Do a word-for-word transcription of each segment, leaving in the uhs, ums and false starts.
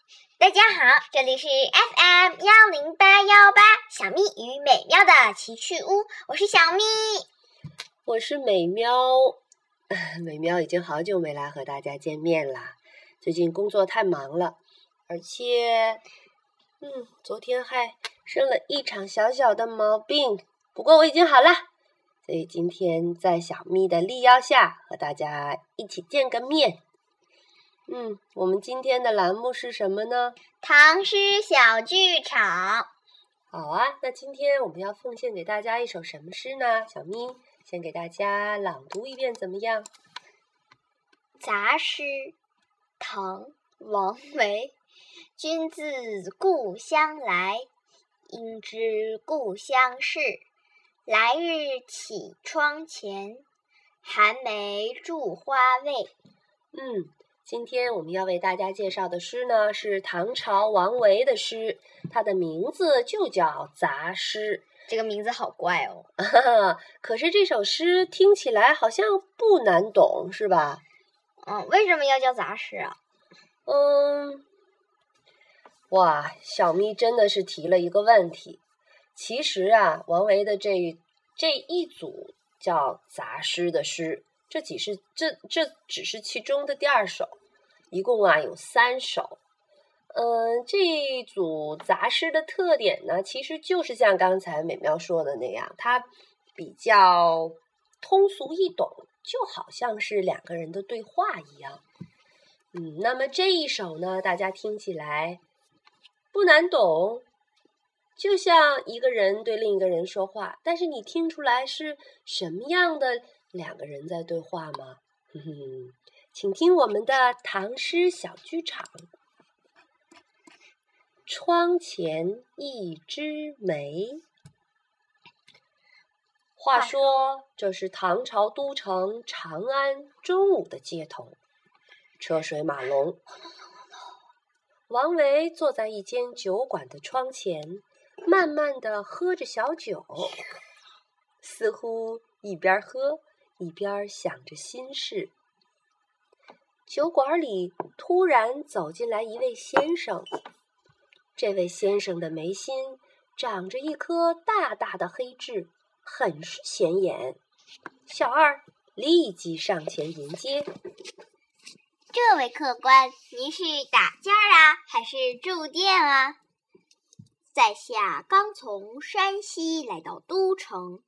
大家好，这里是 F M 幺零八幺八小咪与美妙的奇趣屋，我是小咪， 我是美喵。美喵已经好久没来和大家见面了，最近工作太忙了，而且，嗯，昨天还生了一场小小的毛病，不过我已经好了，所以今天在小咪的力邀下，和大家一起见个面。嗯，我们今天的栏目是什么呢？ 唐诗小剧场。 好啊，那今天我们要奉献给大家一首什么诗呢？小咪先给大家朗读一遍，怎么样？ 杂诗，唐·王维。君自故乡来，应知故乡事。来日绮窗前，寒梅著花未。 嗯，今天我们要为大家介绍的诗呢，是唐朝王维的诗，它的名字就叫杂诗。 这个名字好怪哦。 可是这首诗听起来好像不难懂，是吧？ 嗯，为什么要叫杂诗啊？ 嗯，哇，小咪真的是提了一个问题。其实啊，王维的这这一组叫杂诗的诗，这只是这这只是其中的第二首，一共啊有三首。嗯，这一组杂诗的特点呢，其实就是像刚才美妙说的那样，它比较通俗易懂，就好像是两个人的对话一样。嗯，那么这一首呢，大家听起来不难懂，就像一个人对另一个人说话，但是你听出来是什么样的两个人在对话吗？哼哼，请听我们的唐诗小剧场。窗前一枝梅。话说，这是唐朝都城长安中午的街头，车水马龙。王维坐在一间酒馆的窗前，慢慢地喝着小酒，似乎一边喝一边想着心事。酒馆里突然走进来一位先生，这位先生的眉心长着一颗大大的黑痣，很是显眼。小二立即上前迎接。 这位客官，您是打尖啊，还是住店啊？在下刚从山西来到都城，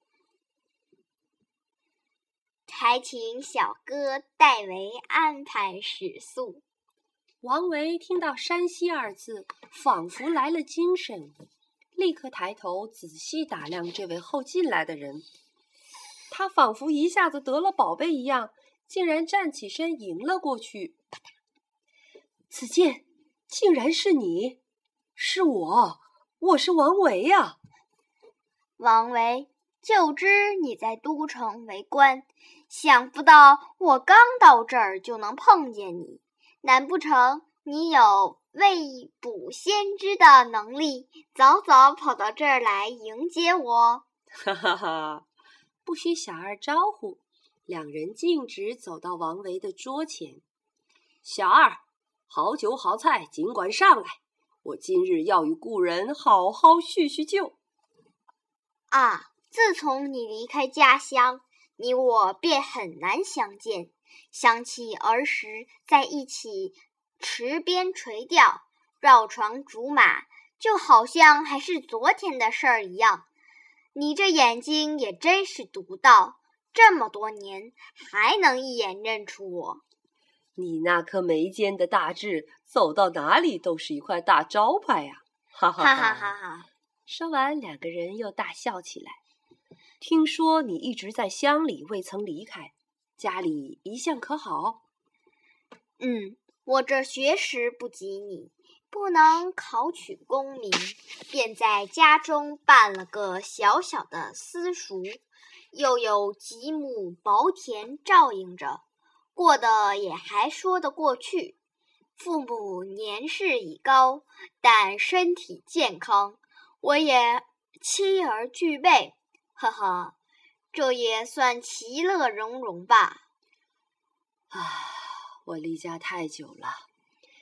还请小哥代为安排食宿。 王维听到山西二字，仿佛来了精神，立刻抬头仔细打量这位后进来的人。他仿佛一下子得了宝贝一样，竟然站起身迎了过去。此剑竟然是你，是我，我是王维呀！ 王维，就知你在都城为官，想不到我刚到这儿就能碰见你。难不成你有未卜先知的能力，早早跑到这儿来迎接我？ 哈哈哈！不许小二招呼，两人径直走到王维的桌前。小二，好酒好菜尽管上来，我今日要与故人好好叙叙旧。 啊，自从你离开家乡，你我便很难相见。想起儿时在一起池边垂钓、绕床逐马，就好像还是昨天的事儿一样。你这眼睛也真是独到，这么多年还能一眼认出我。 你那颗眉间的大痣，走到哪里都是一块大招牌呀！哈哈哈哈哈哈！ 说完，两个人又大笑起来。听说你一直在乡里，未曾离开，家里一向可好？ 嗯，我这学识不及你，不能考取功名，便在家中办了个小小的私塾，又有几亩薄田照应着，过得也还说得过去。父母年事已高，但身体健康，我也妻儿俱备，呵呵，这也算其乐融融吧。 啊，我离家太久了，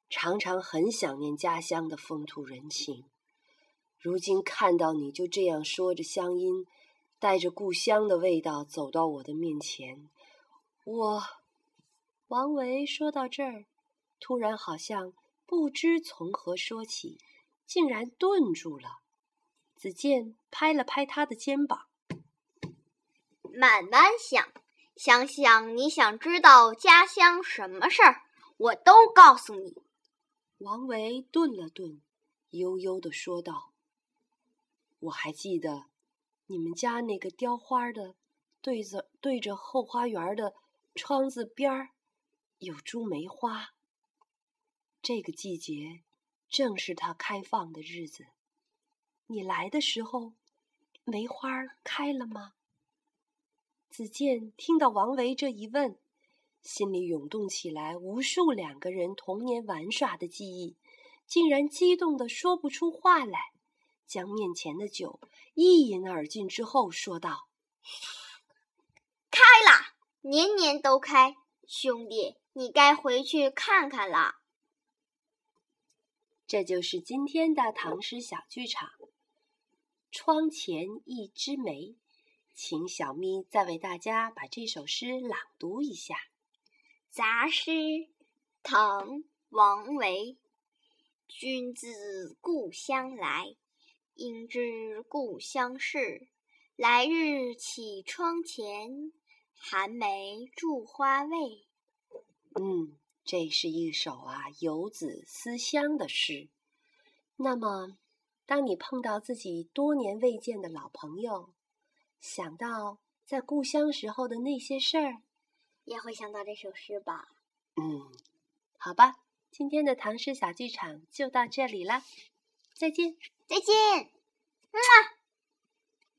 常常很想念家乡的风土人情。如今看到你就这样说着乡音，带着故乡的味道走到我的面前，我……王维说到这儿，突然好像不知从何说起，竟然顿住了。子建拍了拍他的肩膀， 慢慢想，想想你想知道家乡什么事儿，我都告诉你。 王维顿了顿，悠悠地说道：我还记得你们家那个雕花的对着对着后花园的窗子边儿有株梅花，这个季节正是它开放的日子。你来的时候，梅花开了吗？子建听到王维这一问，心里涌动起来无数两个人童年玩耍的记忆，竟然激动得说不出话来，将面前的酒一饮而尽之后说道： 开啦，年年都开，兄弟，你该回去看看啦。 这就是今天的唐诗小剧场，窗前一枝梅。请小咪再为大家把这首诗朗读一下。 杂诗，唐·王维。君自故乡来，应知故乡事。来日绮窗前，寒梅著花未。 嗯，这是一首啊游子思乡的诗。那么，当你碰到自己多年未见的老朋友，想到在故乡时候的那些事儿， 也会想到这首诗吧？ 嗯，好吧，今天的唐诗小剧场就到这里啦，再见， 再见。